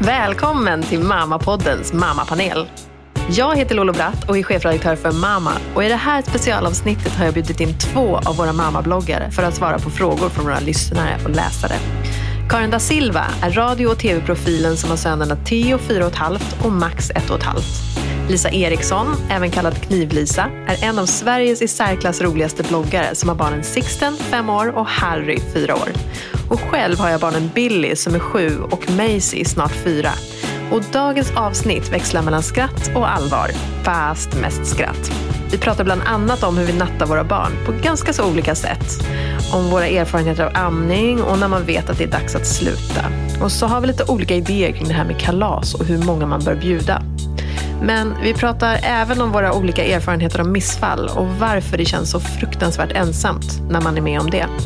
Välkommen till Mamma-poddens mammapanel. Jag heter Lolo Bratt och är chefredaktör för Mamma. Och i det här specialavsnittet har jag bjudit in 2 av våra mammabloggare för att svara på frågor från våra lyssnare och läsare. Karin da Silva är radio- och tv-profilen som har sönerna Theo 4,5 och Max 1,5. Lisa Eriksson, även kallad Knivlisa, är en av Sveriges i särklass roligaste bloggare som har barnen Sixten, 5 år, och Harry, 4 år. Och själv har jag barnen Billy som är 7 och Maisie, snart 4. Och dagens avsnitt växlar mellan skratt och allvar, fast mest skratt. Vi pratar bland annat om hur vi nattar våra barn på ganska så olika sätt. Om våra erfarenheter av amning och när man vet att det är dags att sluta. Och så har vi lite olika idéer kring det här med kalas och hur många man bör bjuda. Men vi pratar även om våra olika erfarenheter av missfall och varför det känns så fruktansvärt ensamt när man är med om det.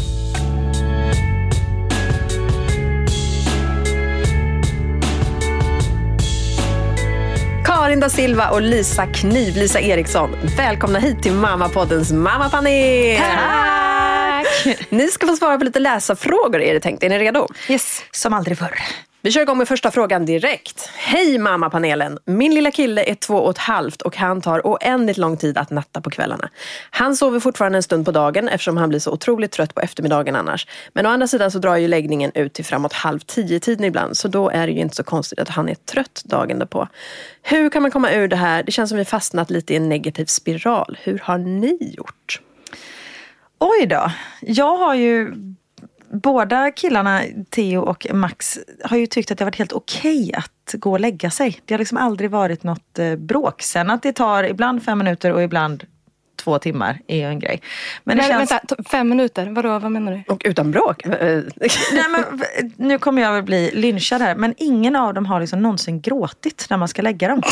Karin da Silva och Lisa Knivlisa Eriksson. Välkomna hit till Mamma-poddens mammapanel. Tack! Ni ska få svara på lite läsarfrågor, är det tänkt. Är ni redo? Yes, som aldrig förr. Vi kör igång med första frågan direkt. Hej mammapanelen! Min lilla kille är 2,5 och han tar oändligt lång tid att natta på kvällarna. Han sover fortfarande en stund på dagen eftersom han blir så otroligt trött på eftermiddagen annars. Men å andra sidan så drar ju läggningen ut till framåt 9:30 ibland, så då är det ju inte så konstigt att han är trött dagen därpå. Hur kan man komma ur det här? Det känns som vi fastnat lite i en negativ spiral. Hur har ni gjort? Oj då, jag har ju... Båda killarna, Theo och Max, har ju tyckt att det har varit helt okej att gå och lägga sig. Det har liksom aldrig varit något bråk. Sen att det tar ibland 5 minuter och ibland 2 timmar är ju en grej. Men det känns... Vänta, 5 minuter? Vad menar du? Och utan bråk? Nej, men, nu kommer jag väl bli lynchad här. Men ingen av dem har liksom någonsin gråtit när man ska lägga dem.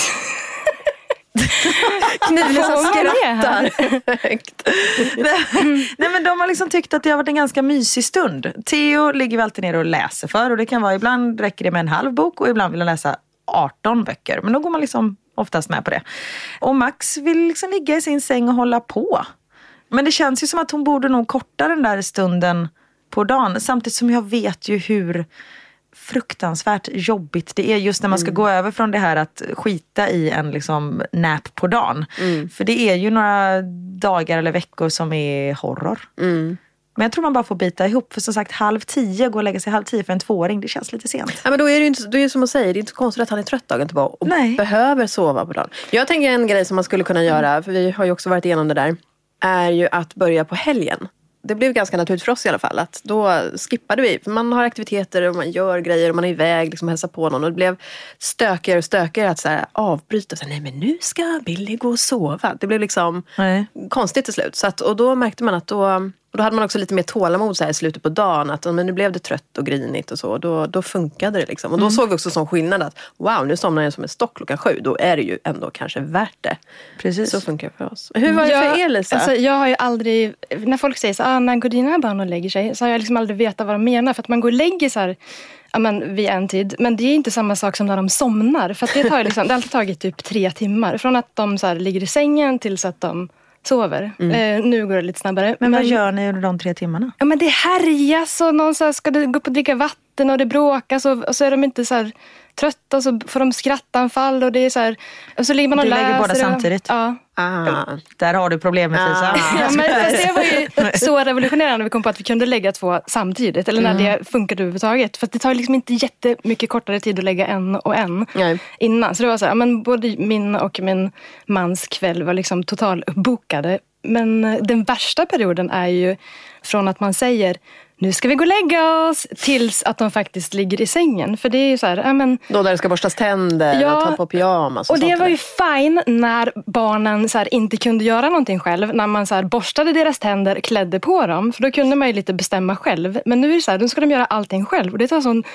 Knivlisa skrattar. Nej, men de har liksom tyckt att det har varit en ganska mysig stund. Theo ligger väl alltid ner och läser för. Och det kan vara, ibland räcker det med en halv bok och ibland vill han läsa 18 böcker. Men då går man liksom oftast med på det. Och Max vill liksom ligga i sin säng och hålla på. Men det känns ju som att hon borde nog korta den där stunden på dagen. Samtidigt som jag vet ju hur fruktansvärt jobbigt det är just när man ska gå över från det här att skita i en liksom nap på dagen. För det är ju några dagar eller veckor som är horror. Men jag tror man bara får bita ihop. För som sagt, 9:30, gå och lägga sig 9:30 för en 2-åring, det känns lite sent. Ja, men då är det ju inte, då är det som att säga, det är inte så konstigt att han är trött dagen tillbaka och behöver sova på dagen. Jag tänker en grej som man skulle kunna göra, för vi har ju också varit igenom det där, är ju att börja på helgen. Det blev ganska naturligt för oss i alla fall att då skippade vi. För man har aktiviteter och man gör grejer och man är iväg liksom hälsa på någon. Och det blev stökigare och stökigare att så här avbryta. Så här, nej men nu ska Billy gå och sova. Det blev liksom konstigt till slut. Så att, och då märkte man att då hade man också lite mer tålamod så här i slutet på dagen. Att men nu blev det trött och grinigt och så. Då funkade det liksom. Och då såg vi också som skillnad att wow, nu somnar jag som en stock 7:00. Då är det ju ändå kanske värt det. Precis. Så funkar det för oss. Hur var det för er, Lisa? Alltså, jag har ju aldrig, när folk säger så när går dina barn och lägger sig, så har jag liksom aldrig vetat vad de menar. För att man går och lägger så här, vid en tid. Men det är inte samma sak som när de somnar. För att det har liksom, det har alltid tagit typ 3 timmar. Från att de så här ligger i sängen tills att de sover. Nu går det lite snabbare. Men vad gör ni under de 3 timmarna? Ja, men det härjas och någon så här, ska gå upp och dricka vatten och det bråkas och så är de inte så här trötta och så får de skrattanfall och det är så här, och så ligger man och läser. Du lägger båda samtidigt? Ja. Där har du problemet, Lisa. Ja, men det var ju så revolutionerande när vi kom på att vi kunde lägga 2 samtidigt. Eller när det funkade överhuvudtaget. För att det tar liksom inte jättemycket kortare tid att lägga en och en innan. Så det var så här, men både min och min mans kväll var liksom total uppbokade. Men den värsta perioden är ju från att man säger nu ska vi gå och lägga oss tills att de faktiskt ligger i sängen. För det är ju så här, då där det ska borstas tänder och ta på pyjamas. Och det var ju fine när barnen så här inte kunde göra någonting själv. När man så här borstade deras tänder, klädde på dem. För då kunde man ju lite bestämma själv. Men nu är det så här, då ska de göra allting själv. Och det tar sån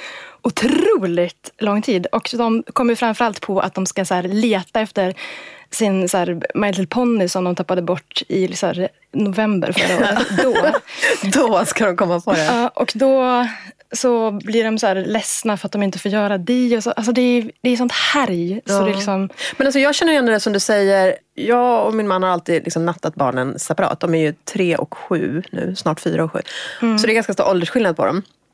otroligt lång tid. Och de kommer framförallt på att de ska så här leta efter sin så här My Little Pony som de tappade bort i så här november förra året. Då ska de komma på det. Ja, och då så blir de så här ledsna för att de inte får göra det. Och så. Alltså det är sånt härj. Ja. Så det är liksom... Men alltså jag känner igen det som du säger. Jag och min man har alltid liksom nattat barnen separat. De är ju 3 och 7 nu, snart 4 och 7. Så det är ganska stor åldersskillnad på dem.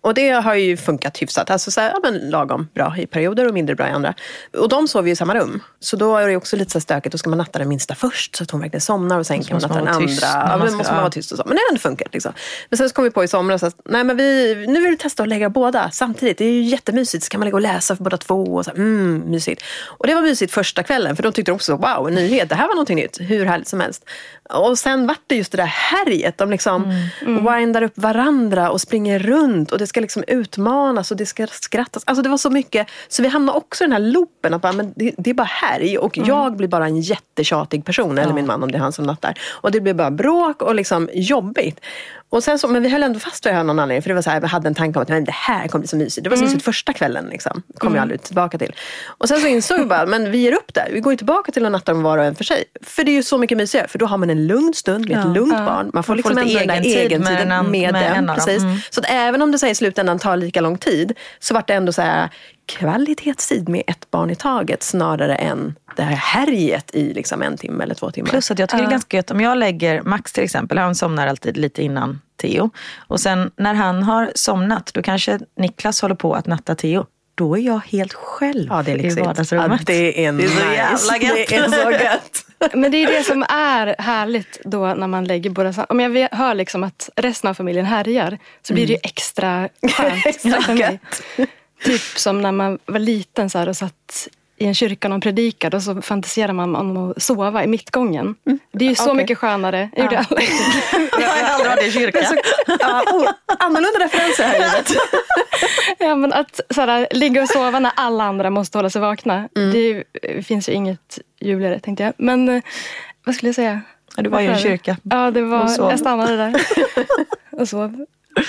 Och det har ju funkat hyfsat. Alltså så här, men lagom bra i perioder och mindre bra i andra. Och de sover ju i samma rum. Så då är det också lite så stökigt. Då ska man natta den minsta först så att hon verkligen somnar. Och sen kan man natta den andra. Ja, men måste man vara tyst och så. Men det har ändå funkat liksom. Men sen så kom vi på i somras att nej, men nu vill vi testa att lägga båda samtidigt. Det är ju jättemysigt. Så kan man lägga och läsa för båda två. Och så mysigt. Och det var mysigt första kvällen. För de tyckte också, wow, en nyhet. Det här var någonting nytt. Hur härligt som helst. Och sen vart det just det där härjet. De liksom windar upp varandra och springer runt. Och det ska liksom utmanas och det ska skrattas. Alltså det var så mycket. Så vi hamnade också i den här loopen. Att bara, men det är bara härj. Och jag blir bara en jättetjatig person. Eller min man om det är han som nattar. Och det blir bara bråk och liksom jobbigt. Och sen så, men vi höll ändå fast vid det här någon anledning. För det var så här, vi hade en tanke om att men det här kommer bli så mysigt. Det var så mysigt första kvällen liksom. Kommer jag aldrig tillbaka till. Och sen så insåg vi bara, men vi ger upp där. Vi går ju tillbaka till att natta om var och en för sig. För det är ju så mycket mysigare. För då har man en lugn stund med ett lugnt barn. Man får liksom ändå den där egentiden med den. Precis. Så att även om det säger i slutändan tar lika lång tid. Så var det ändå så här kvalitetstid med ett barn i taget. Snarare än det här härjet i liksom 1 timme eller 2 timmar. Plus att jag tycker det är ganska gött. Om jag lägger Max till exempel. Han somnar alltid lite innan Theo. Och sen när han har somnat. Då kanske Niklas håller på att natta Theo. Då är jag helt själv i vardagsrummet. Ja, det är nice. Så jävla gött. Det är så gött. Men det är det som är härligt då när man lägger båda. Om jag hör liksom att resten av familjen härjar så blir det ju extra skönt för mig. Typ som när man var liten så här och satt i en kyrka och predikade och så fantiserar man om att sova i mittgången. Det är ju så mycket skönare. Jag gjorde aldrig. Jag har aldrig varit i kyrka. Annorlunda referenser här i livet. Ja, men att så här, ligga och sova när alla andra måste hålla sig vakna. Det finns ju inget ljuvligare, tänkte jag. Men vad skulle jag säga? Du var ju i en kyrka. Ja, det var, jag stannade där och sov.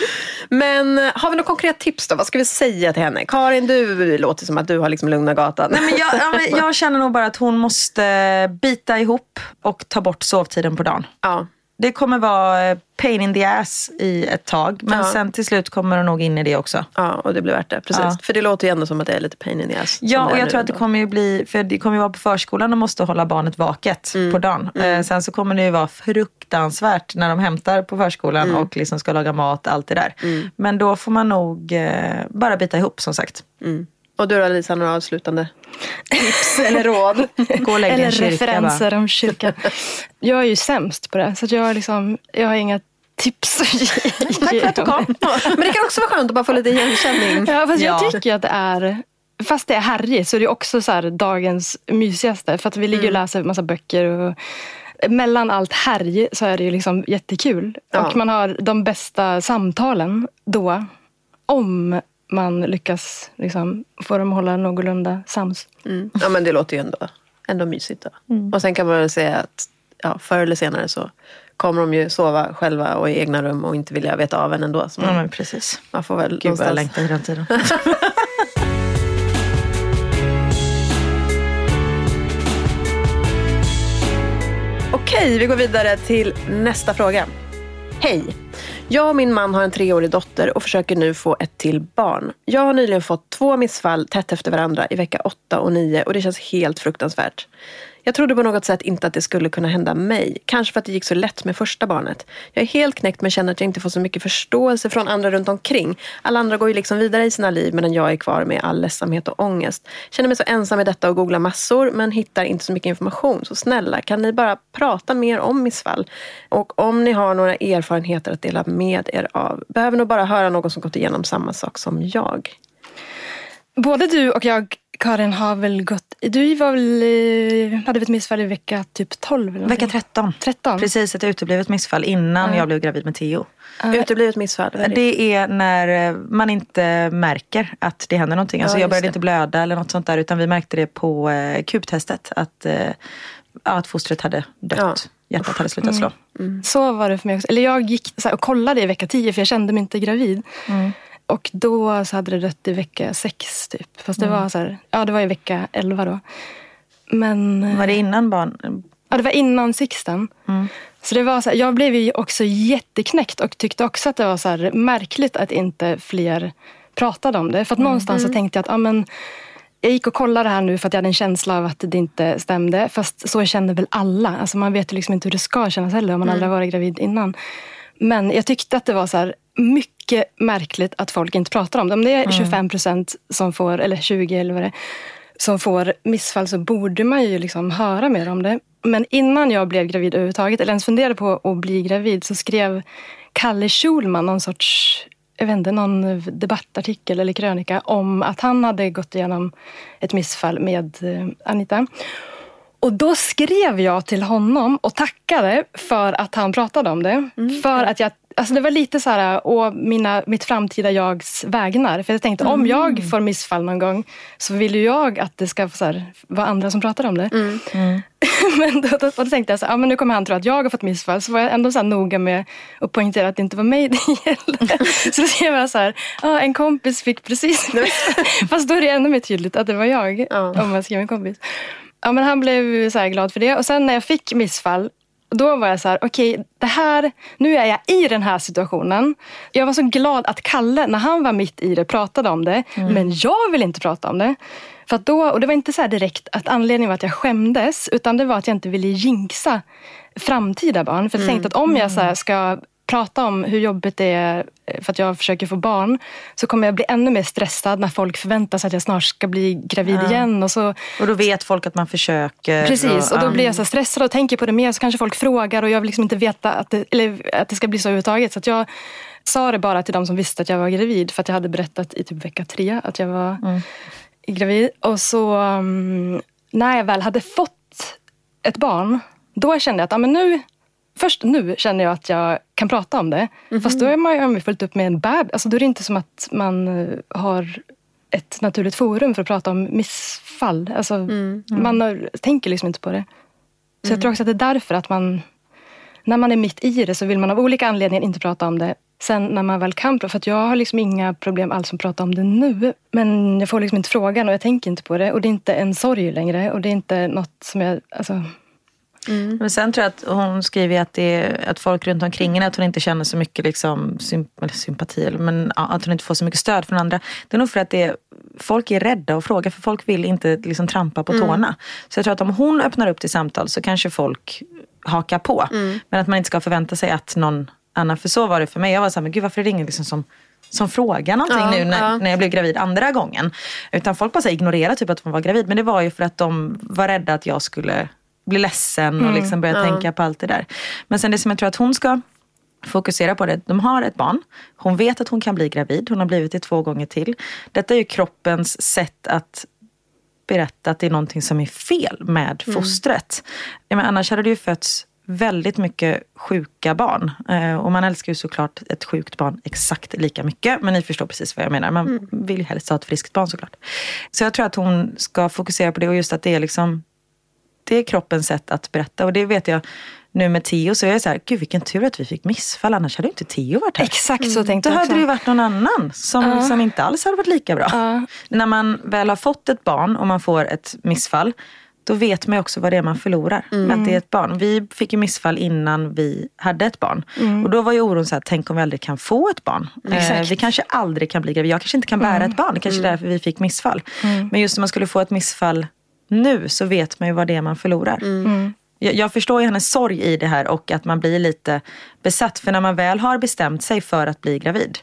Men har vi något konkret tips då? Vad ska vi säga till henne? Karin, du låter som att du har liksom lugna gatan. Nej, men jag känner nog bara att hon måste bita ihop och ta bort sovtiden på dagen. Ja. Det kommer vara pain in the ass i ett tag. Men sen till slut kommer det nog in i det också. Ja, och det blir värt det. Precis. Ja. För det låter ju ändå som att det är lite pain in the ass. Ja, och jag tror att det kommer ju bli... För det kommer ju vara på förskolan och måste hålla barnet vaket på dagen. Sen så kommer det ju vara fruktansvärt när de hämtar på förskolan och liksom ska laga mat, allt det där. Men då får man nog bara bita ihop, som sagt. Och du då, Lisa, några avslutande tips eller råd? Gå och lägga eller en kyrka, referenser bara. om kyrkan. Jag är ju sämst på det. Så att jag har inga tips. Tack för att du kom. Men det kan också vara skönt att bara få lite igenkänning. Ja, fast jag tycker att det är... Fast det är härligt så är det också så här dagens mysigaste. För att vi ligger och läser en massa böcker och... Mellan allt härj så är det ju liksom jättekul. Ja. Och man har de bästa samtalen då. Om man lyckas liksom få dem att hålla någorlunda sams. Ja, men det låter ju ändå mysigt då. Och sen kan man väl säga att förr eller senare så kommer de ju sova själva och i egna rum och inte vilja veta av en ändå. Så men precis. Man får väl Gud, jag längtar i den tiden. Okej, vi går vidare till nästa fråga. Hej! Jag och min man har en 3-årig dotter och försöker nu få ett till barn. Jag har nyligen fått 2 missfall tätt efter varandra i vecka 8 och 9 och det känns helt fruktansvärt. Jag trodde på något sätt inte att det skulle kunna hända mig. Kanske för att det gick så lätt med första barnet. Jag är helt knäckt men känner att jag inte får så mycket förståelse från andra runt omkring. Alla andra går ju liksom vidare i sina liv medan jag är kvar med all ledsamhet och ångest. Känner mig så ensam i detta och googlar massor men hittar inte så mycket information. Så snälla, kan ni bara prata mer om missfall? Och om ni har några erfarenheter att dela med er av. Behöver nog bara höra någon som gått igenom samma sak som jag. Både du och jag, Karin, har väl gått... Du var väl... Hade ett missfall i vecka typ 12? Eller vecka 13. 13. Precis, ett uteblivet missfall innan jag blev gravid med Theo. Uteblivet missfall? Det är när man inte märker att det händer någonting. Alltså jag började inte blöda eller något sånt där. Utan vi märkte det på kubtestet. Att fostret hade dött. Ja. Hjärtat hade slutat slå. Så var det för mig också. Eller jag gick så här och kollade i vecka 10 för jag kände mig inte gravid. Och då så hade det dött i vecka 6 typ. Fast det var så här, det var i vecka 11 då. Men... Var det innan barn? Ja, det var innan Sixten. Så det var så här, jag blev ju också jätteknäckt och tyckte också att det var så här märkligt att inte fler pratade om det. För att någonstans så tänkte jag att jag gick och kollade här nu för att jag hade en känsla av att det inte stämde. Fast så kände väl alla. Alltså man vet ju liksom inte hur det ska kännas heller om man aldrig har varit gravid innan. Men jag tyckte att det var så här mycket märkligt att folk inte pratar om det. Om det är 25% som får, eller 20 eller vad det är, som får missfall, så borde man ju liksom höra mer om det. Men innan jag blev gravid överhuvudtaget, eller ens funderade på att bli gravid, så skrev Kalle Schulman någon sorts, jag vet inte, någon debattartikel eller krönika om att han hade gått igenom ett missfall med Anita. Och då skrev jag till honom och tackade för att han pratade om det. För att alltså det var lite så här, och mitt framtida jags vägnar. För jag tänkte, om jag får missfall någon gång, så vill ju jag att det ska så här, vara andra som pratar om det. Men då tänkte jag så här, men nu kommer han tro att jag har fått missfall. Så var jag ändå så här noga med att poängtera att det inte var mig det gällde. Så då skrev jag så här, en kompis fick precis missfall. Fast då är det ännu mer tydligt att det var jag, om jag skrev en kompis. Ja, men han blev så här glad för det. Och sen när jag fick missfall, då var jag så här, okej, det här, nu är jag i den här situationen. Jag var så glad att Kalle, när han var mitt i det, pratade om det. Men jag vill inte prata om det. För att då, och det var inte så här direkt att anledningen var att jag skämdes, utan det var att jag inte ville jinxa framtida barn. För jag tänkte att om jag så här ska prata om hur jobbigt det är för att jag försöker få barn, så kommer jag bli ännu mer stressad när folk förväntar sig att jag snart ska bli gravid igen. Och då vet folk att man försöker. Precis, och då blir jag så stressad och tänker på det mer, så kanske folk frågar och jag vill liksom inte veta att det ska bli så överhuvudtaget. Så att jag sa det bara till de som visste att jag var gravid, för att jag hade berättat i typ vecka 3 att jag var gravid. Och så när jag väl hade fått ett barn, då kände jag att först nu känner jag att jag kan prata om det. Fast då är man ju fullt upp med en bebis. Alltså då är det inte som att man har ett naturligt forum för att prata om missfall. Alltså man tänker liksom inte på det. Så jag tror också att det är därför att när man är mitt i det, så vill man av olika anledningar inte prata om det. Sen när man väl kan prata, för att jag har liksom inga problem alls att prata om det nu. Men jag får liksom inte frågan och jag tänker inte på det. Och det är inte en sorg längre. Och det är inte något som jag... Alltså, Men sen tror jag att hon skriver att folk runt omkring henne, att hon inte känner så mycket liksom, sympati, men att hon inte får så mycket stöd från andra. Det är nog för att folk är rädda att fråga, för folk vill inte liksom trampa på tårna. Så jag tror att om hon öppnar upp till samtal, så kanske folk hakar på. Men att man inte ska förvänta sig att någon annan, för så var det för mig. Jag var så här, men gud, varför är det ingen liksom som frågar någonting nu när jag blev gravid andra gången? Utan folk bara ignorerade typ att hon var gravid. Men det var ju för att de var rädda att jag skulle bli ledsen och liksom börja tänka på allt det där. Men sen det som jag tror att hon ska fokusera på, det, de har ett barn. Hon vet att hon kan bli gravid. Hon har blivit det 2 gånger till. Detta är ju kroppens sätt att berätta att det är någonting som är fel med fostret. Men annars hade det ju fötts väldigt mycket sjuka barn. Och man älskar ju såklart ett sjukt barn exakt lika mycket. Men ni förstår precis vad jag menar. Man vill ju helst ha ett friskt barn såklart. Så jag tror att hon ska fokusera på det, och just att det är liksom, det är kroppens sätt att berätta. Och det vet jag nu med Theo, så är jag så här, gud vilken tur att vi fick missfall, annars hade inte Theo varit här. Exakt så tänkte jag också. Då hade det ju varit någon annan som inte alls hade varit lika bra. När man väl har fått ett barn och man får ett missfall, då vet man ju också vad det är man förlorar. Att det är ett barn. Vi fick ju missfall innan vi hade ett barn. Och då var ju oron så här, tänk om vi aldrig kan få ett barn. Vi kanske aldrig kan bli gravid. Jag kanske inte kan bära ett barn. Det kanske är därför vi fick missfall. Men just när man skulle få ett missfall nu, så vet man ju vad det är man förlorar. Jag förstår ju hennes sorg i det här, och att man blir lite besatt. För när man väl har bestämt sig för att bli gravid,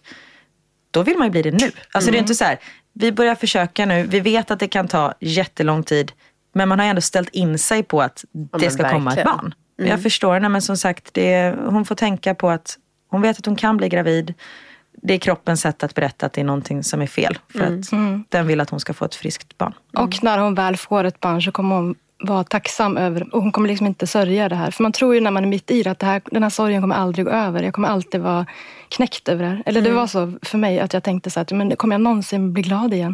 då vill man ju bli det nu. Alltså det är inte så här, vi börjar försöka nu. Vi vet att det kan ta jättelång tid. Men man har ändå ställt in sig på att det ska komma ett barn. Jag förstår henne, men som sagt, hon får tänka på att hon vet att hon kan bli gravid. Det är kroppens sätt att berätta att det är någonting som är fel. För att den vill att hon ska få ett friskt barn. Och när hon väl får ett barn, så kommer hon vara tacksam över, och hon kommer liksom inte sörja det här. För man tror ju när man är mitt i det, att den här sorgen kommer aldrig gå över. Jag kommer alltid vara knäckt över det här. Eller det var så för mig, att jag tänkte så att, men kommer jag någonsin bli glad igen?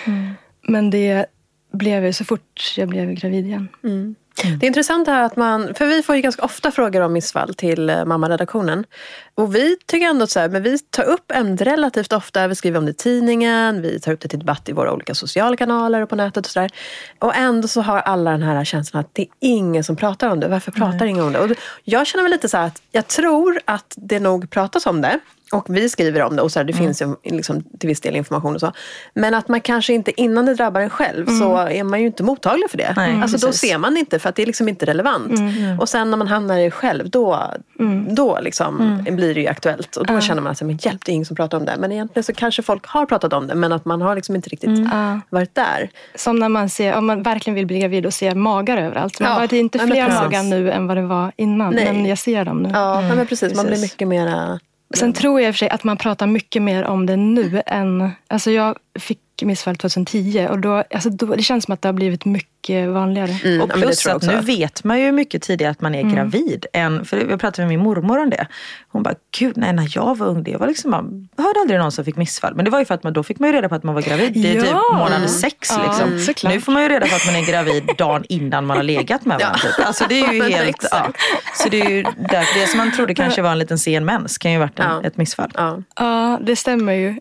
Men det blev ju så fort jag blev gravid igen. Det är intressant här att för vi får ju ganska ofta frågor om missfall till mammaredaktionen. Och vi tycker ändå så här, men vi tar upp ämnet relativt ofta. Vi skriver om det i tidningen, vi tar upp det till debatt i våra olika sociala kanaler och på nätet och sådär. Och ändå så har alla den här känslan att det är ingen som pratar om det. Varför pratar ingen om det? Och jag känner väl lite så här att jag tror att det nog pratas om det. Och vi skriver om det, och så här, det finns ju liksom till viss del information och så. Men att man kanske inte, innan det drabbar en själv, så är man ju inte mottaglig för det. Alltså då ser man inte, för att det är liksom inte relevant. Och sen när man hamnar i det själv, då liksom blir blir det ju aktuellt. Och då känner man att men hjälp, det är ingen som pratar om det. Men egentligen så kanske folk har pratat om det, men att man har liksom inte riktigt varit där. Som när man ser, om man verkligen vill bli gravid och ser magar överallt. Det är inte fler magar nu än vad det var innan, men jag ser dem nu. Ja, men precis. Man blir mycket mera... Sen tror jag i och för sig att man pratar mycket mer om det nu än... Alltså jag fick missfall 2010 och då, det känns som att det har blivit mycket vanligare. Och plus att nu vet man ju mycket tidigare att man är gravid. För jag pratade med min mormor om det. Hon bara, gud, nej, när jag var ung, det var liksom, jag hörde aldrig någon som fick missfall. Men det var ju för att då fick man ju reda på att man var gravid. Det är typ månad 6 liksom. Nu får man ju reda på att man är gravid dagen innan man har legat med varandra. Typ. Alltså det är ju helt... Så det är ju därför det som man trodde kanske var en liten sen mens kan ju varit ett missfall. Ja, det stämmer ju.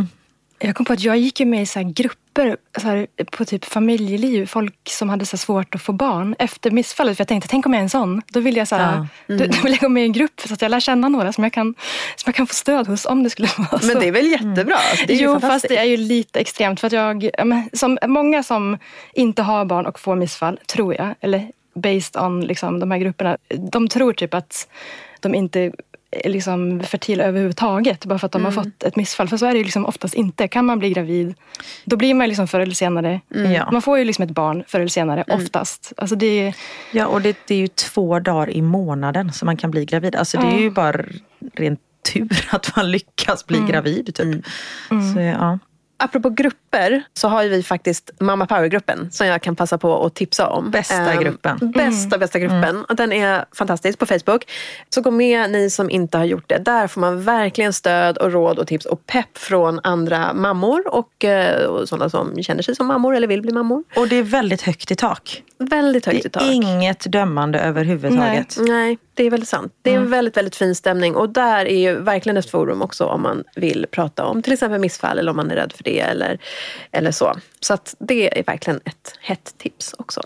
Jag kom på att jag gick ju med i så här grupper så här, på typ familjeliv. Folk som hade så svårt att få barn efter missfallet. För jag tänkte, tänk om jag är en sån. Då vill jag, då vill jag gå med i en grupp så att jag lär känna några som jag kan få stöd hos om det skulle vara så. Men det är väl jättebra? Det är ju fast det är ju lite extremt. För att många som inte har barn och får missfall, tror jag. Eller based on liksom, de här grupperna. De tror typ att de inte liksom fertila överhuvudtaget bara för att de har fått ett missfall. För så är det ju liksom oftast inte. Kan man bli gravid, då blir man liksom förr eller senare. Man får ju liksom ett barn förr eller senare, oftast. Alltså det... Ja, och det är ju 2 dagar i månaden som man kan bli gravid. Alltså det är ju bara rent tur att man lyckas bli gravid typ. Så ja. Apropå grupper så har ju vi faktiskt Mamma Power-gruppen som jag kan passa på att tipsa om. Bästa gruppen. Bästa gruppen. Den är fantastisk på Facebook. Så gå med ni som inte har gjort det. Där får man verkligen stöd och råd och tips och pepp från andra mammor och sådana som känner sig som mammor eller vill bli mammor. Och det är väldigt högt i tak. Väldigt högt i tak. Inget dömande överhuvudtaget. Nej, det är väldigt sant. Det är en väldigt, väldigt fin stämning. Och där är ju verkligen ett forum också om man vill prata om till exempel missfall eller om man är rädd för det eller så. Så att det är verkligen ett hett tips också.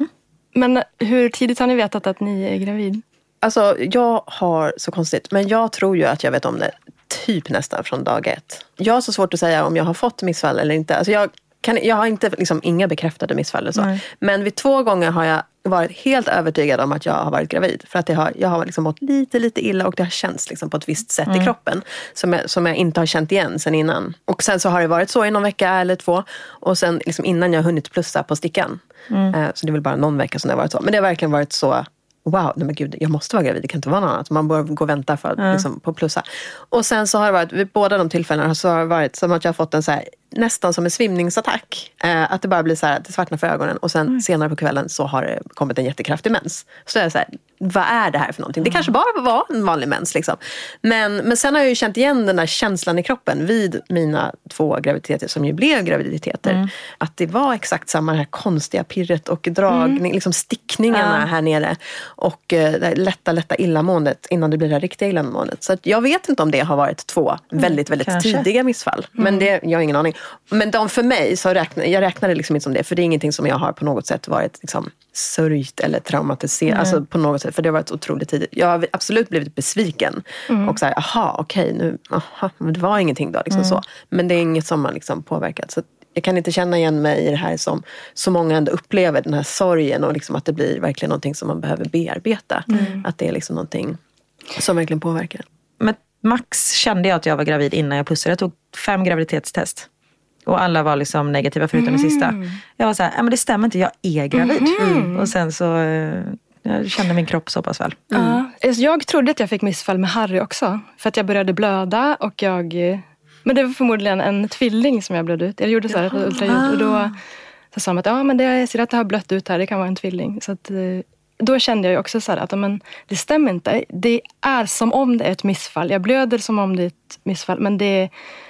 Men hur tidigt har ni vetat att ni är gravid? Alltså jag har så konstigt, men jag tror ju att jag vet om det typ nästan från dag 1. Jag har så svårt att säga om jag har fått missfall eller inte. Alltså jag har inte liksom inga bekräftade missfall eller så. Nej. Men vid 2 gånger har jag varit helt övertygad om att jag har varit gravid. För att jag har liksom mått lite illa och det har känts liksom på ett visst sätt i kroppen. Som jag inte har känt igen sen innan. Och sen så har det varit så i någon vecka eller 2. Och sen liksom innan jag har hunnit plussa på stickan. Så det är väl bara någon vecka som det har varit så. Men det har verkligen varit så... Wow, nej men gud, jag måste vara gravid, det kan inte vara något annat. Man bör gå och vänta för att liksom, på plussa. Och sen så har det varit, vid båda de tillfällena så har det varit som att jag har fått en så här, nästan som en svimningsattack. Att det bara blir så här, det svartnar för ögonen. Och sen senare på kvällen så har det kommit en jättekraftig mens. Så är det så här, vad är det här för någonting? Det kanske bara var en vanlig mens liksom. Men sen har jag ju känt igen den där känslan i kroppen vid mina 2 graviditeter som ju blev graviditeter. Att det var exakt samma här konstiga pirret och dragning, liksom stickningarna här nere. Och det lätta illamåendet innan det blir det riktiga illamåendet. Så att jag vet inte om det har varit 2 väldigt, väldigt tidiga missfall. Men jag har ingen aning. Men de för mig, så jag räknade liksom inte som det. För det är ingenting som jag har på något sätt varit liksom sörjt eller traumatiserad. Alltså på något sätt, för det har varit otroligt tidigt. Jag har absolut blivit besviken. Och så här, men det var ingenting då. Liksom så. Men det är inget som man liksom påverkat. Så jag kan inte känna igen mig i det här som så många ändå upplever, den här sorgen och liksom att det blir verkligen någonting som man behöver bearbeta. Att det är liksom någonting som verkligen påverkar. Men max kände jag att jag var gravid innan jag pussade. Jag tog 5 graviditetstest. Och alla var liksom negativa förutom den sista. Jag var så här, men det stämmer inte, jag är gravid. Och sen så jag kände min kropp så pass väl. Jag trodde att jag fick missfall med Harry också. För att jag började blöda och men det var förmodligen en tvilling som jag blödde ut. Jag gjorde så här ett ultraljud och då så sa de att men jag ser att det har blött ut här, det kan vara en tvilling. Så att, då kände jag ju också så här att men det stämmer inte. Det är som om det är ett missfall. Jag blöder som om det är ett missfall, men det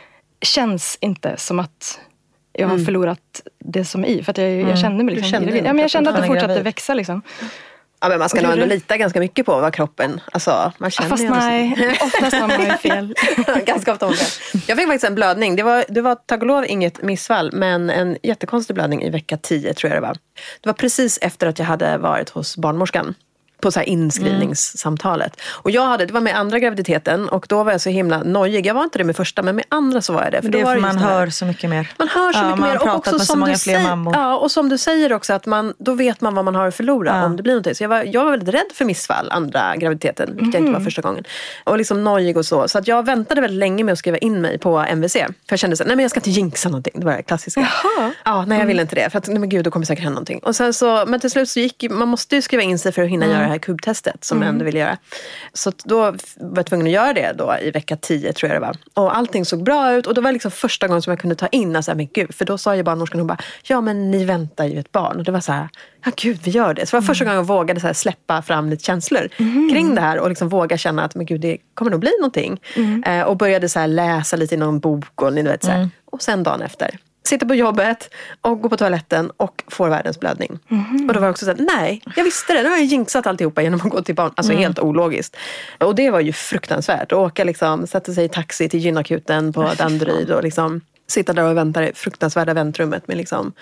känns inte som att jag har förlorat det som i. För att jag kände mig liksom gravid. Ja, men jag kände att det fortsatte växa liksom. Ja, men man ska nog ändå lita ganska mycket på vad kroppen... Alltså, man känner fast nej, oftast har man ju fel. Ganska ofta har man fel. Jag fick faktiskt en blödning. Det var tack och lov inget missfall, men en jättekonstig blödning i vecka 10 tror jag det var. Det var precis efter att jag hade varit hos barnmorskan. på så här inskrivningssamtalet. Och det var med andra graviditeten och då var jag så himla nojig. Jag var inte det med första, men med andra så var jag det. För det är för man hör så mycket mer. Man hör så mycket mer. Och också med så många fler mammor. Ja, och som du säger också att då vet man vad man har att förlora om det blir någonting. Så jag var väldigt rädd för missfall andra graviditeten, vilket jag inte var första gången. Och liksom nojig och så. Så att jag väntade väldigt länge med att skriva in mig på MVC. För jag kände så nej men jag ska inte jinxa någonting. Det var det klassiska. Jaha. Ja, nej jag ville inte det. För att nej men gud, då kommer säkert hända någonting. Och sen så, men till slut så man måste ju skriva in sig för att hinna göra det här kubtestet som jag ändå ville göra. Så då var jag tvungen att göra det då i vecka 10 tror jag det var. Och allting såg bra ut och det var liksom första gången som jag kunde ta in alltså, men gud, för då sa ju barnmorskan, hon bara, ja men ni väntar ju ett barn. Och det var så här, ja gud vi gör det. Så det var första gången jag vågade så här, släppa fram lite känslor kring det här och liksom våga känna att men gud, det kommer nog bli någonting. Och började så här, läsa lite i någon bok och ni vet så här. Och sen dagen efter sitter på jobbet och går på toaletten och får världens blödning. Och då var jag också så här, nej, jag visste det. Nu har jag jinxat alltihopa genom att gå till barn. Alltså helt ologiskt. Och det var ju fruktansvärt. Att åka liksom, sätta sig i taxi till gynakuten på Danderyd och liksom sitta där och vänta i det fruktansvärda väntrummet med liksom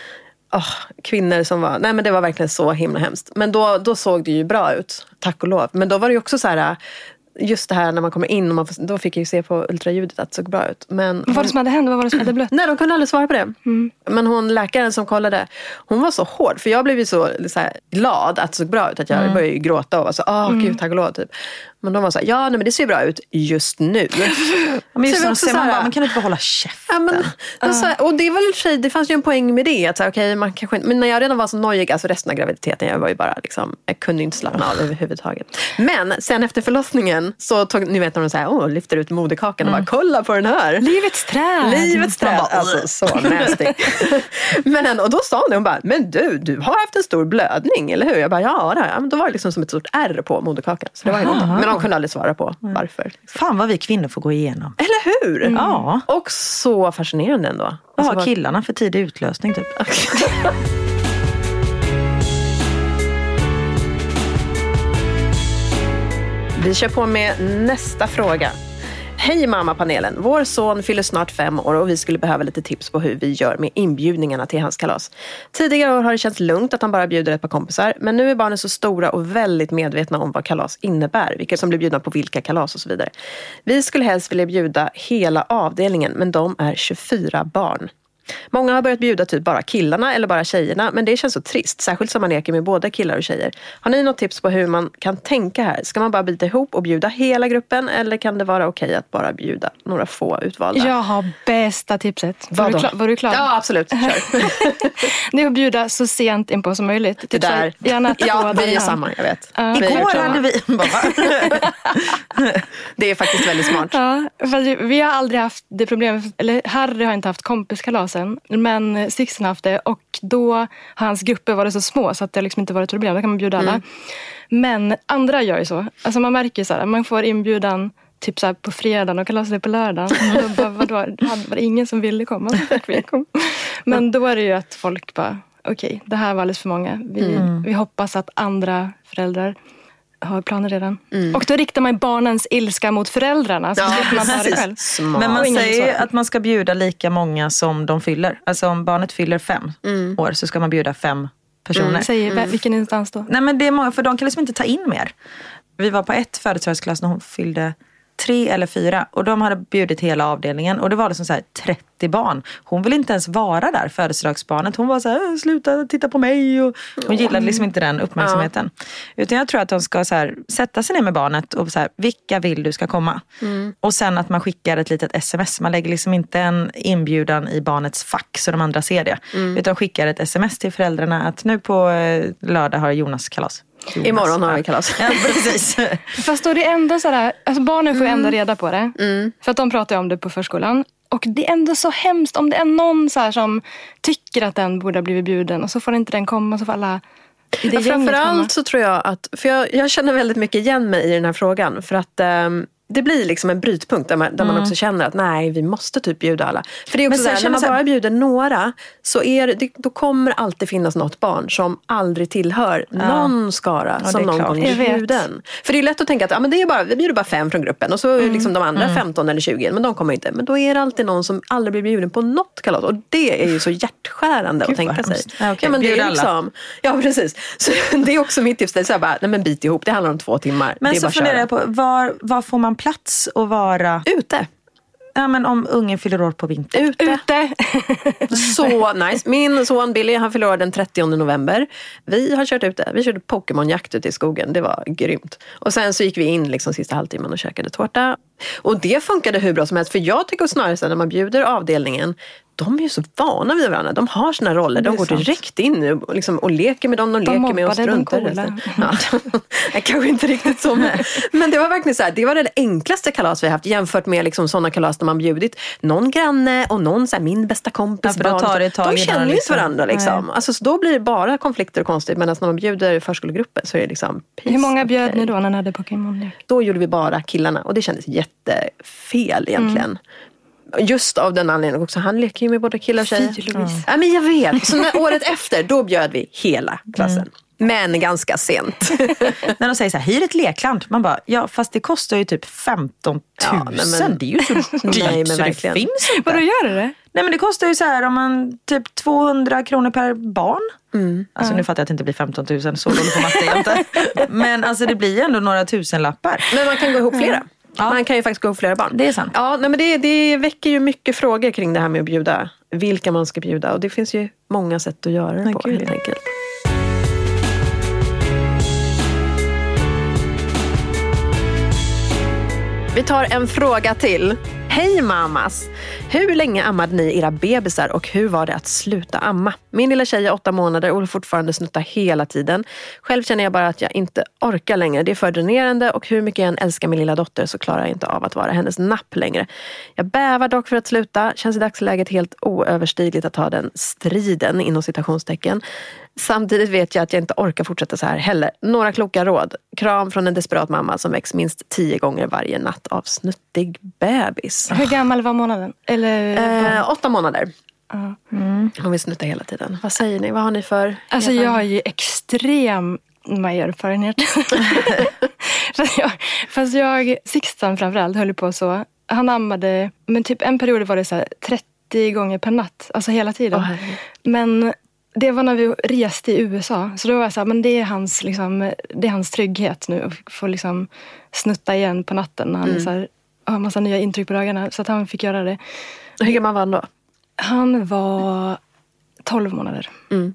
kvinnor som var, nej men det var verkligen så himla hemskt. Men då såg det ju bra ut, tack och lov. Men då var det ju också så här, just det här när man kommer in och då fick jag ju se på ultraljudet att det såg bra ut. Men vad var det som hade hänt? Vad var det som hade blött? Nej, de kunde aldrig svara på det. Men läkaren som kollade, hon var så hård. För jag blev ju så här, glad att det såg bra ut. Att jag började ju gråta och var så, gud, tack och lov typ. Men de var så här, ja nej, men det ser bra ut just nu. Men just så ser man bara, man kan inte bara hålla käften. Och det var lite tjej, det fanns ju en poäng med det. Att så här, okay, man kanske inte, men när jag redan var så nojig, alltså resten av graviditeten, jag var ju bara liksom, jag kunde inte slappna av överhuvudtaget. Men sen efter förlossningen så ni vet när de säger, lyfter ut moderkakan och bara, kolla på den här. Livets träd. Alltså så nasty. Men ändå, och då sa hon bara, men du har haft en stor blödning, eller hur? Jag bara, ja, men då var det liksom som ett stort ärr på moderkakan. Så det var ju någonting. Men de kunde aldrig svara på varför. Liksom. Fan vad vi kvinnor får gå igenom. Eller hur? Ja. Och så fascinerande ändå. Vad har killarna för tidig utlösning typ? Vi kör på med nästa fråga. Hej mammapanelen, vår son fyller snart 5 år och vi skulle behöva lite tips på hur vi gör med inbjudningarna till hans kalas. Tidigare år har det känts lugnt att han bara bjuder ett par kompisar, men nu är barnen så stora och väldigt medvetna om vad kalas innebär, vilka som blir bjudna på vilka kalas och så vidare. Vi skulle helst vilja bjuda hela avdelningen, men de är 24 barn. Många har börjat bjuda typ bara killarna eller bara tjejerna, men det känns så trist, särskilt som man leker med både killar och tjejer. Har ni något tips på hur man kan tänka här? Ska man bara bita ihop och bjuda hela gruppen, eller kan det vara okej att bara bjuda några få utvalda? Jag har bästa tipset. Var du klar? Ja, absolut. Kör. Det är att bjuda så sent in på som möjligt. Det där. Ja, vi är samma, jag vet. Igår hade vi Det är faktiskt väldigt smart. Ja, för vi har aldrig haft det problemet, eller Harry har inte haft kompiskalas. Men Sixten har haft det och då har hans grupper varit så små så att det liksom inte varit ett problem. Då kan man bjuda alla. Men andra gör ju så. Alltså man märker så här, man får inbjudan typ så här på fredagen och kalas det på lördagen. Och då bara, var det ingen som ville komma. Men då är det ju att folk bara, okej, det här var alldeles för många. Vi hoppas att andra föräldrar har planer redan. Och då riktar man barnens ilska mot föräldrarna. Så man bara det själv. Men man säger ju att man ska bjuda lika många som de fyller. Alltså om barnet fyller 5 år så ska man bjuda 5 personer. Säger vilken instans då? Nej men det är många, för de kan liksom inte ta in mer. Vi var på ett födelsedagsklass när hon fyllde 3 eller 4 och de hade bjudit hela avdelningen och det var liksom så här 30 barn. Hon ville inte ens vara där, födelsedagsbarnet. Hon var så här, sluta titta på mig och hon gillade liksom inte den uppmärksamheten. Utan jag tror att de ska så här, sätta sig ner med barnet och så här, vilka vill du ska komma? Och sen att man skickar ett litet sms. Man lägger liksom inte en inbjudan i barnets fack så de andra ser det. Utan skickar ett sms till föräldrarna att nu på lördag har Jonas kalas. Imorgon har vi kalas. Ja, precis. Fast då det är ändå sådär, alltså barnen får ju ändå reda på det. För att de pratar ju om det på förskolan. Och det är ändå så hemskt om det är någon så här som tycker att den borde ha blivit bjuden och så får inte den komma, så får alla i det gänget komma. Framförallt så tror jag att, för jag känner väldigt mycket igen mig i den här frågan. För att det blir liksom en brytpunkt där man också känner att nej, vi måste typ bjuda alla. För det är också när man bara bjuder några så då kommer alltid finnas något barn som aldrig tillhör någon skara som någon gång är bjuden. För det är lätt att tänka att men det är bara, vi bjuder bara 5 från gruppen och så är liksom de andra 15 eller 20, men de kommer inte. Men då är det alltid någon som aldrig blir bjuden på något kalas, och det är ju så hjärtskärande att tänka sig. Okay. Men det är liksom, ja, precis. Så det är också mitt tips. Det är bara, nej men bit ihop, det handlar om 2 timmar. Men så funderar jag på, var får man plats att vara? Ute. Ja, men om ungen fyller år på vintern. Ute. Så nice. Min son Billy, han fyller år den 30 november. Vi har kört ute. Vi körde Pokémon-jakt ute i skogen. Det var grymt. Och sen så gick vi in liksom sista halvtimmen och käkade tårta. Och det funkade hur bra som helst. För jag tycker snarare så när man bjuder avdelningen, de är ju så vana vid varandra. De har sina roller. De går direkt in och leker med dem. De leker med och struntar. Ja, jag kanske inte riktigt så. Men det var verkligen så här. Det var det enklaste kalas vi haft jämfört med liksom sådana kalas där man bjudit någon granne och någon så här, min bästa kompis barn. De känner ju inte varandra. Liksom. Alltså, så då blir det bara konflikter och konstigt. Men när man bjuder förskolegruppen så är det liksom hur många bjöd ni då när ni hade Pokémon? Då gjorde vi bara killarna. Och det kändes jättefel egentligen. Just av den anledningen också. Han leker ju med både killar och tjejer. Ja, men jag vet. Så året efter, då bjöd vi hela klassen. Men ganska sent. När de säger så här, hyr ett lekland. Man bara, ja fast det kostar ju typ 15 000. Ja, det är ju så dyrt. Nej, men så verkligen. Det finns inte. Vadå gör det? Nej, men det kostar ju så här om man typ 200 kronor per barn. Alltså nu fattar jag att det inte blir 15 000. Så dåligt på matte jag inte. Men alltså det blir ju ändå några tusenlappar. Men man kan gå ihop flera. Ja. Man kan ju faktiskt gå ihop flera barn. Det är sant. Ja, nej, men det väcker ju mycket frågor kring det här med att bjuda. Vilka man ska bjuda. Och det finns ju många sätt att göra det på helt enkelt. Vi tar en fråga till. Hej mamas! Hur länge ammade ni era bebisar och hur var det att sluta amma? Min lilla tjej är 8 månader och vill fortfarande snutta hela tiden. Själv känner jag bara att jag inte orkar längre. Det är för dränerande och hur mycket jag än älskar min lilla dotter så klarar jag inte av att vara hennes napp längre. Jag bävar dock för att sluta. Känns i dagsläget helt oöverstigligt att ta den striden inom citationstecken. Samtidigt vet jag att jag inte orkar fortsätta så här heller. Några kloka råd. Kram från en desperat mamma som väcks minst 10 gånger varje natt av snuttig bebis. Hur gammal var månaden? Eller 8 månader. Hon vill snutta hela tiden. Vad säger ni? Vad har ni för? Alltså jag har ju extrema erfarenhet. fast jag Sixten framförallt höll på så. Han ammade, men typ en period var det så här 30 gånger per natt. Alltså hela tiden. Men det var när vi reste i USA. Så då var jag så här, men det är hans trygghet nu. Att få liksom snutta igen på natten. Han så här, har massa nya intryck på dagarna. Så att han fick göra det. Hur gammal var han då? Han var 12 månader.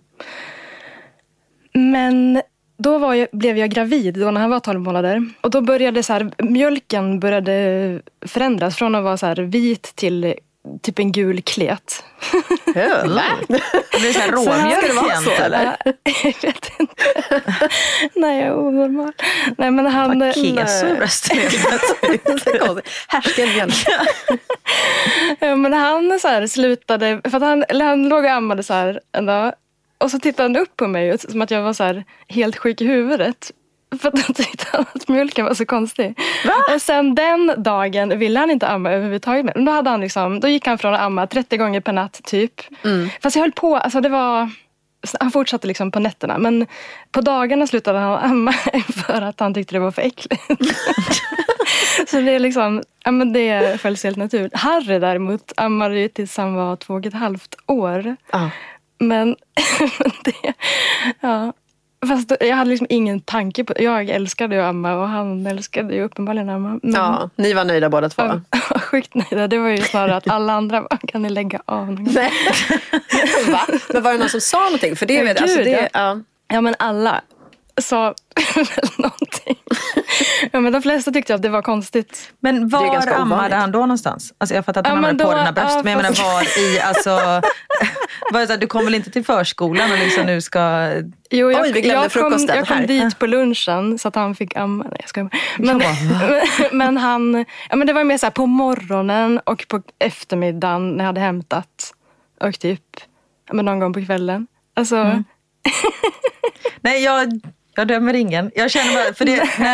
Men då blev jag gravid då när han var 12 månader. Och då började så här, mjölken började förändras. Från att vara så här vit till typ en gul klet. Va? Det blir så här råmjölk så, eller? Jag vet inte. Nej, jag är onormal. Nej, men han... Keso i bröstet. Härsken mjölk. Ja, men han så här slutade... För att han låg och ammade så här en dag. Och så tittade han upp på mig som att jag var så här helt sjuk i huvudet. För att han tyckte att mjölken var så konstig. Va? Och sen den dagen ville han inte amma överhuvudtaget. Men då hade han då gick han från att amma 30 gånger per natt typ. Fast jag höll på, alltså det var... Han fortsatte liksom på nätterna. Men på dagarna slutade han amma för att han tyckte det var för äckligt. Så det är liksom... Ja, men det följs helt naturligt. Harry däremot ammade ju tills han var 2,5 år. Men det... Ja... Fast jag hade liksom ingen tanke på... Jag älskade ju att amma och han älskade ju uppenbarligen amma. Men, ja, ni var nöjda båda två. Sjukt nöjda. Det var ju snarare att alla andra kan ni lägga av. Nej. Va? Men var det någon som sa någonting? För det vet alltså det, ja, men alla sa någonting. Ja, men de flesta tyckte att det var konstigt. Men var ammade han då någonstans? Alltså jag fattar att han ammade på dina bröst. Men jag menar var i, alltså... Du kom väl inte till förskolan och liksom nu ska... Jo, jag kom dit på lunchen så att han fick amma. Nej, jag skojar. Men han... Ja, men det var mer så här på morgonen och på eftermiddagen när jag hade hämtat. Och typ någon gång på kvällen. Alltså... Nej, Jag dömer ingen. Jag känner bara, för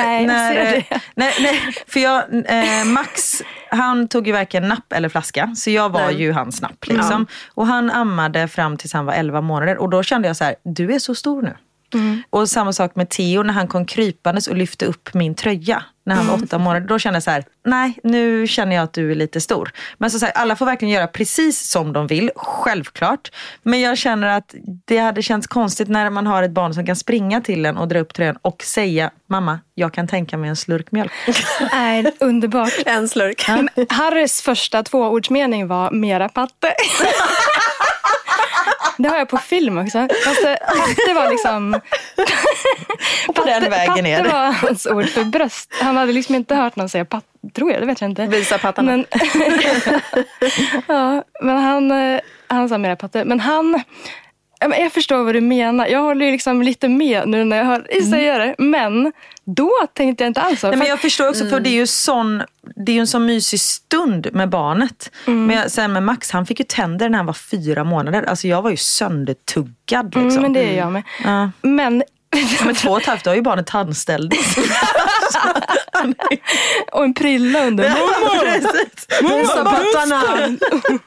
det, Max, han tog ju varken napp eller flaska. Så jag var ju hans napp liksom. Och han ammade fram tills han var 11 månader. Och då kände jag så här, du är så stor nu. Och samma sak med Theo när han kom krypandes och lyfte upp min tröja när han var 8 månader. Då kände jag så här, nej, nu känner jag att du är lite stor. Men så här, alla får verkligen göra precis som de vill, självklart. Men jag känner att det hade känts konstigt när man har ett barn som kan springa till en och dra upp tröjan och säga, mamma, jag kan tänka mig en slurk mjölk. Nej, underbart. En slurk. Harrys första 2-ordsmening var mera patte. Det har jag på film också. Fast patte var liksom... på den vägen är det. Patte var hans ord för bröst. Han hade liksom inte hört någon säga patte, tror jag, det vet jag inte. Visa pattarna. Men, ja, men han sa mera patte. Men jag förstår vad du menar. Jag håller ju liksom lite med nu när jag hör dig säga det. Men då tänkte jag inte alls. Nej, men jag förstår också, för det är ju en sån mysig stund med barnet. Men sen med Max, han fick ju tänder när han var 4 månader. Alltså jag var ju söndertuggad liksom. Men det är jag med. Men 2,5 då är ju barnet tandställdes. och en prilla under. Visa pattarna.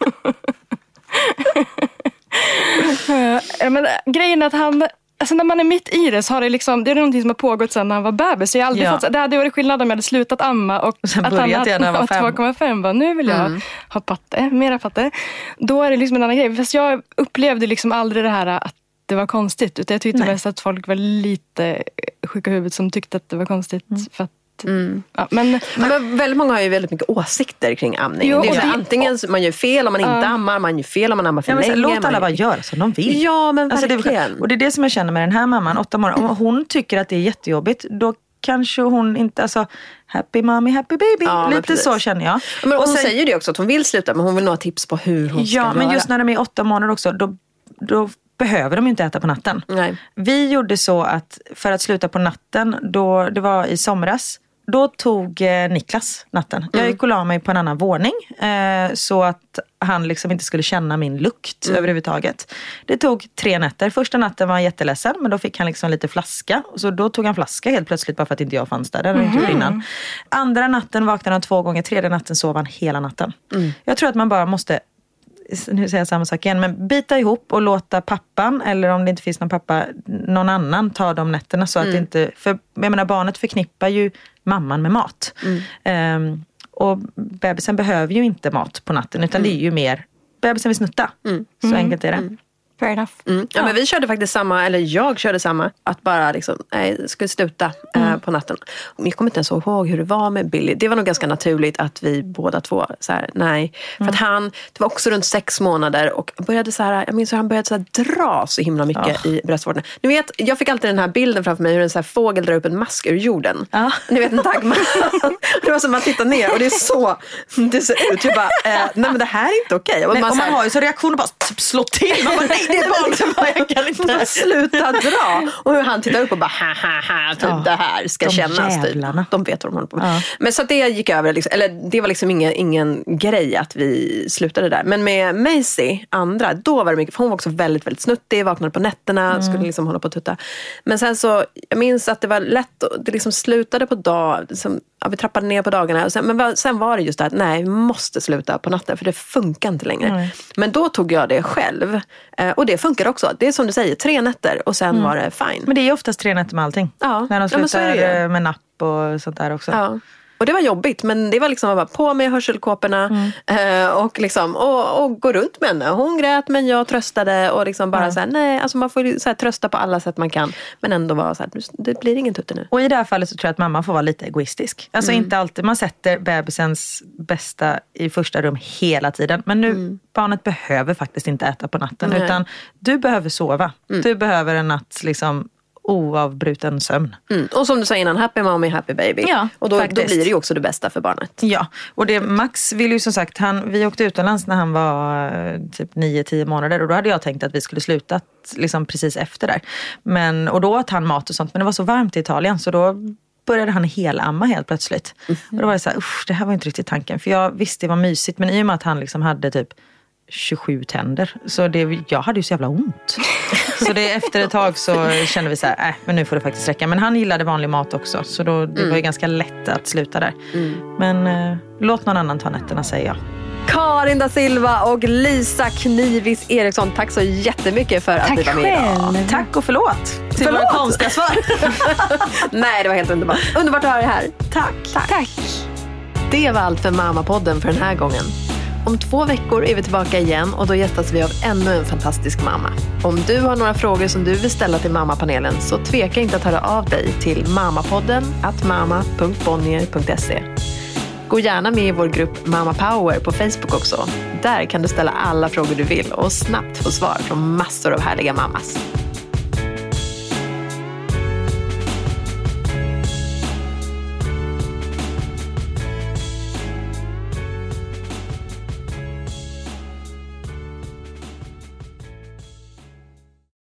Men grejen är att alltså när man är mitt i det så har det liksom, det är någonting som har pågått sedan när han var bebis. Så jag har aldrig fått, det hade varit skillnad om jag hade slutat amma och sen att han hade 2,5 var, nu vill jag ha patte, mera patte. Då är det liksom en annan grej. Fast jag upplevde liksom aldrig det här att det var konstigt. Utan jag tyckte mest att folk var lite sjuka i huvudet som tyckte att det var konstigt för att ja, men väldigt många har ju väldigt mycket åsikter kring amning. Jo, det är antingen man gör fel om man inte ammar, man gör fel om man ammar för länge. Låt alla bara göra som de vill. Ja, men verkligen. Och det är det som jag känner med den här mamman, 8 månader. Om hon tycker att det är jättejobbigt, då kanske hon inte, alltså happy mommy, happy baby. Lite så känner jag. Men och hon säger det också, att hon vill sluta, men hon vill nog ha tips på hur hon ska göra. Ja, men just när de är 8 månader också, då behöver de ju inte äta på natten. Nej. Vi gjorde så att för att sluta på natten, det var i somras, då tog Niklas natten. Jag gick och la mig på en annan våning så att han liksom inte skulle känna min lukt överhuvudtaget. Det tog 3 nätter. Första natten var han jätteledsen, men då fick han liksom lite flaska. Så då tog han flaska helt plötsligt bara för att inte jag fanns där. Det hade jag inte gjort innan. Andra natten vaknade han 2 gånger. 3:e natten sov han hela natten. Jag tror att man bara måste, nu säger jag samma sak igen, men bita ihop och låta pappan, eller om det inte finns någon pappa, någon annan ta de nätterna så att det inte, för jag menar barnet förknippar ju mamman med mat. Och bebisen behöver ju inte mat på natten, utan det är ju mer bebisen vill snutta. Så enkelt är det. Fair enough. Ja, men vi körde faktiskt samma, eller jag körde samma, att bara liksom, skulle sluta på natten. Jag kommer inte ens ihåg hur det var med Billy. Det var nog ganska naturligt att vi båda två så här, nej. För att det var också runt 6 månader och började så här, jag minns hur han började så här dra så himla mycket i bröstvården. Ni vet, jag fick alltid den här bilden framför mig hur en så här fågel drar upp en mask ur jorden. Ni vet, en dagmar. Det var som man tittar ner och det är så det ser ut. Bara, nej men det här är inte okej. Och man har ju så reaktioner bara typ slå till. Man bara, nej, det är barn, jag kan inte sluta dra. Och hur han tittar upp och bara typ det här ska kännas typ. De vet vad de håller på med. Men så att det gick över liksom, eller det var liksom ingen grej att vi slutade där. Men med Maisie, andra, då var det mycket, för hon var också väldigt, väldigt snuttig, vaknade på nätterna, skulle liksom hålla på att tutta. Men sen så, jag minns att det var lätt, det liksom slutade på dag, liksom, vi trappade ner på dagarna. Och sen var det just det att nej, vi måste sluta på natten för det funkar inte längre. Men då tog jag det själv. Och det funkar också. Det är som du säger, 3 nätter och sen var det fine. Men det är oftast 3 nätter med allting. Ja. När de slutar med napp och sånt där också. Ja. Och det var jobbigt, men det var liksom att vara på med hörselkåporna och liksom och gå runt med henne. Hon grät, men jag tröstade och liksom bara så här, nej, alltså man får så här trösta på alla sätt man kan, men ändå vara så här, det blir ingen tutte nu. Och i det här fallet så tror jag att mamma får vara lite egoistisk. Alltså inte alltid, man sätter bebisens bästa i första rum hela tiden, men nu, barnet behöver faktiskt inte äta på natten, utan du behöver sova. Du behöver en natt liksom oavbruten sömn. Och som du sa innan, happy mommy, happy baby. Ja, och då blir det ju också det bästa för barnet. Ja, och det Max vill ju som sagt, vi åkte utomlands när han var typ 9-10 månader och då hade jag tänkt att vi skulle sluta liksom precis efter där. Och då åt han mat och sånt, men det var så varmt i Italien så då började han amma helt plötsligt. Och då var det så här, det här var inte riktigt tanken. För jag visste det var mysigt, men i och med att han liksom hade typ 27 tänder. Så jag hade ju så jävla ont. Så efter ett tag så kände vi så här, men nu får det faktiskt räcka. Men han gillade vanlig mat också. Så det var ju ganska lätt att sluta där. Men låt någon annan ta nätterna, säger jag. Karin da Silva och Lisa Knivis Eriksson, tack så jättemycket för att ni var med idag. Tack och förlåt till våra konstiga svar. Nej, det var helt underbart. Underbart att ha er här. Tack. Det var allt för Mamma-podden för den här gången. Om 2 veckor är vi tillbaka igen och då gästas vi av ännu en fantastisk mamma. Om du har några frågor som du vill ställa till Mammapanelen så tveka inte att höra av dig till mammapodden@mamma.bonnier.se. Gå gärna med i vår grupp Mamma Power på Facebook också. Där kan du ställa alla frågor du vill och snabbt få svar från massor av härliga mammas.